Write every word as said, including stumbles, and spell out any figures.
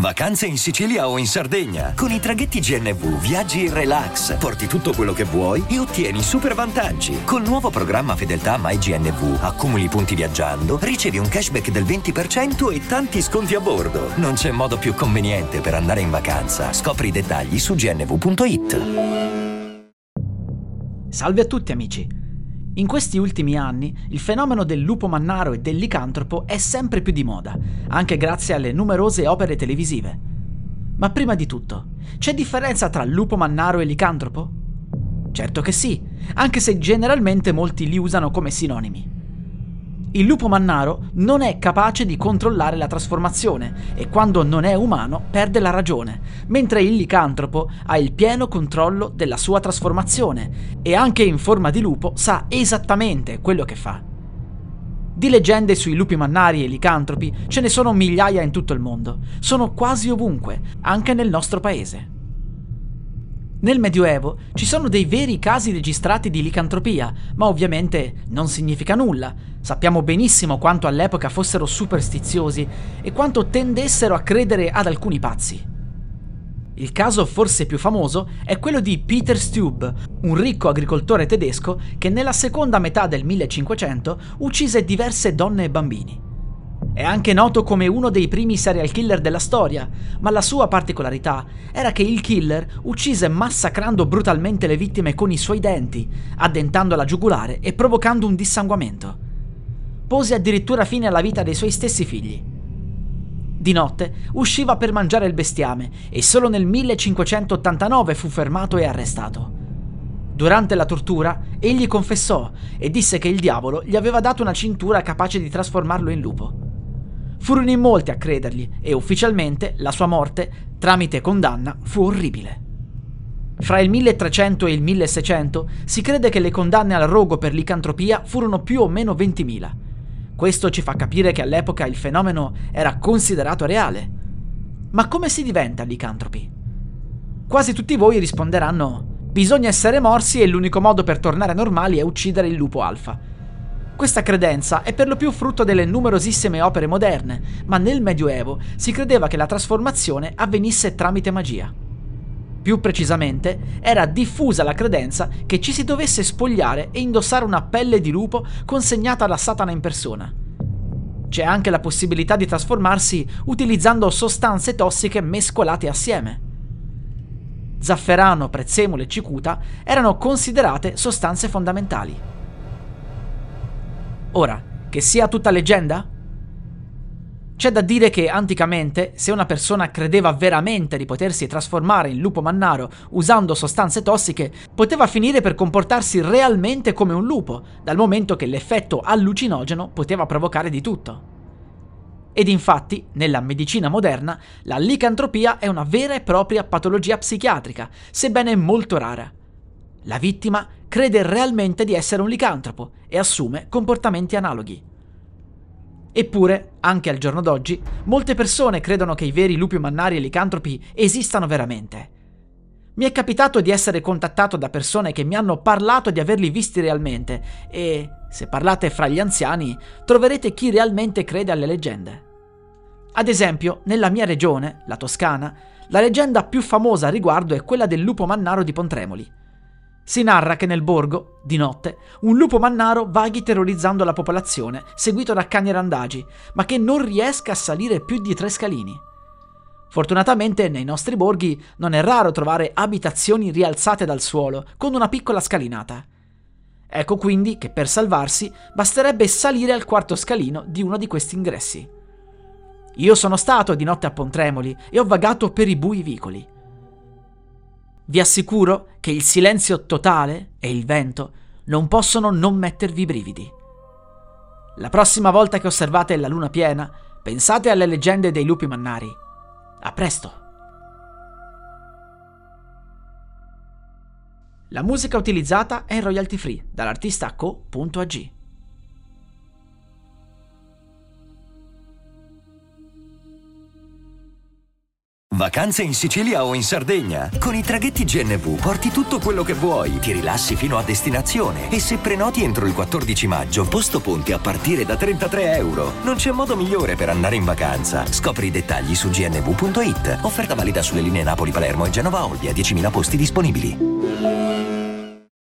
Vacanze in Sicilia o in Sardegna. Con i traghetti G N V viaggi in relax, porti tutto quello che vuoi e ottieni super vantaggi. Col nuovo programma Fedeltà MyGNV accumuli punti viaggiando, ricevi un cashback del venti per cento e tanti sconti a bordo. Non c'è modo più conveniente per andare in vacanza. Scopri i dettagli su g n v punto i t. Salve a tutti amici! In questi ultimi anni il fenomeno del lupo mannaro e del licantropo è sempre più di moda, anche grazie alle numerose opere televisive. Ma prima di tutto, c'è differenza tra lupo mannaro e licantropo? Certo che sì, anche se generalmente molti li usano come sinonimi. Il lupo mannaro non è capace di controllare la trasformazione e quando non è umano perde la ragione, mentre il licantropo ha il pieno controllo della sua trasformazione e anche in forma di lupo sa esattamente quello che fa. Di leggende sui lupi mannari e licantropi ce ne sono migliaia in tutto il mondo, sono quasi ovunque, anche nel nostro paese. Nel Medioevo ci sono dei veri casi registrati di licantropia, ma ovviamente non significa nulla. Sappiamo benissimo quanto all'epoca fossero superstiziosi e quanto tendessero a credere ad alcuni pazzi. Il caso forse più famoso è quello di Peter Stube, un ricco agricoltore tedesco che nella seconda metà del millecinquecento uccise diverse donne e bambini. È anche noto come uno dei primi serial killer della storia, ma la sua particolarità era che il killer uccise massacrando brutalmente le vittime con i suoi denti, addentando la giugulare e provocando un dissanguamento. Pose addirittura fine alla vita dei suoi stessi figli. Di notte usciva per mangiare il bestiame e solo nel millecinquecentottantanove fu fermato e arrestato. Durante la tortura egli confessò e disse che il diavolo gli aveva dato una cintura capace di trasformarlo in lupo. Furono in molti a credergli e ufficialmente la sua morte, tramite condanna, fu orribile. Fra il milletrecento e il milleseicento si crede che le condanne al rogo per licantropia furono più o meno ventimila. Questo ci fa capire che all'epoca il fenomeno era considerato reale. Ma come si diventa licantropi? Quasi tutti voi risponderanno: bisogna essere morsi e l'unico modo per tornare normali è uccidere il lupo alfa. Questa credenza è per lo più frutto delle numerosissime opere moderne, ma nel Medioevo si credeva che la trasformazione avvenisse tramite magia. Più precisamente, era diffusa la credenza che ci si dovesse spogliare e indossare una pelle di lupo consegnata da Satana in persona. C'è anche la possibilità di trasformarsi utilizzando sostanze tossiche mescolate assieme. Zafferano, prezzemolo e cicuta erano considerate sostanze fondamentali. Ora, che sia tutta leggenda? C'è da dire che anticamente, se una persona credeva veramente di potersi trasformare in lupo mannaro usando sostanze tossiche, poteva finire per comportarsi realmente come un lupo, dal momento che l'effetto allucinogeno poteva provocare di tutto. Ed infatti, nella medicina moderna, la licantropia è una vera e propria patologia psichiatrica, sebbene molto rara. La vittima crede realmente di essere un licantropo e assume comportamenti analoghi. Eppure, anche al giorno d'oggi, molte persone credono che i veri lupi mannari e licantropi esistano veramente. Mi è capitato di essere contattato da persone che mi hanno parlato di averli visti realmente e, se parlate fra gli anziani, troverete chi realmente crede alle leggende. Ad esempio, nella mia regione, la Toscana, la leggenda più famosa a riguardo è quella del lupo mannaro di Pontremoli. Si narra che nel borgo, di notte, un lupo mannaro vaghi terrorizzando la popolazione, seguito da cani randagi, ma che non riesca a salire più di tre scalini. Fortunatamente nei nostri borghi non è raro trovare abitazioni rialzate dal suolo, con una piccola scalinata. Ecco quindi che per salvarsi basterebbe salire al quarto scalino di uno di questi ingressi. Io sono stato di notte a Pontremoli e ho vagato per i bui vicoli. Vi assicuro che il silenzio totale e il vento non possono non mettervi i brividi. La prossima volta che osservate la luna piena, pensate alle leggende dei lupi mannari. A presto! La musica utilizzata è royalty free dall'artista co punto a g. Vacanze in Sicilia o in Sardegna. Con i traghetti G N V porti tutto quello che vuoi, ti rilassi fino a destinazione e se prenoti entro il quattordici maggio, posto ponti a partire da trentatré euro. Non c'è modo migliore per andare in vacanza. Scopri i dettagli su g n v punto i t. Offerta valida sulle linee Napoli-Palermo e Genova-Olbia, diecimila posti disponibili.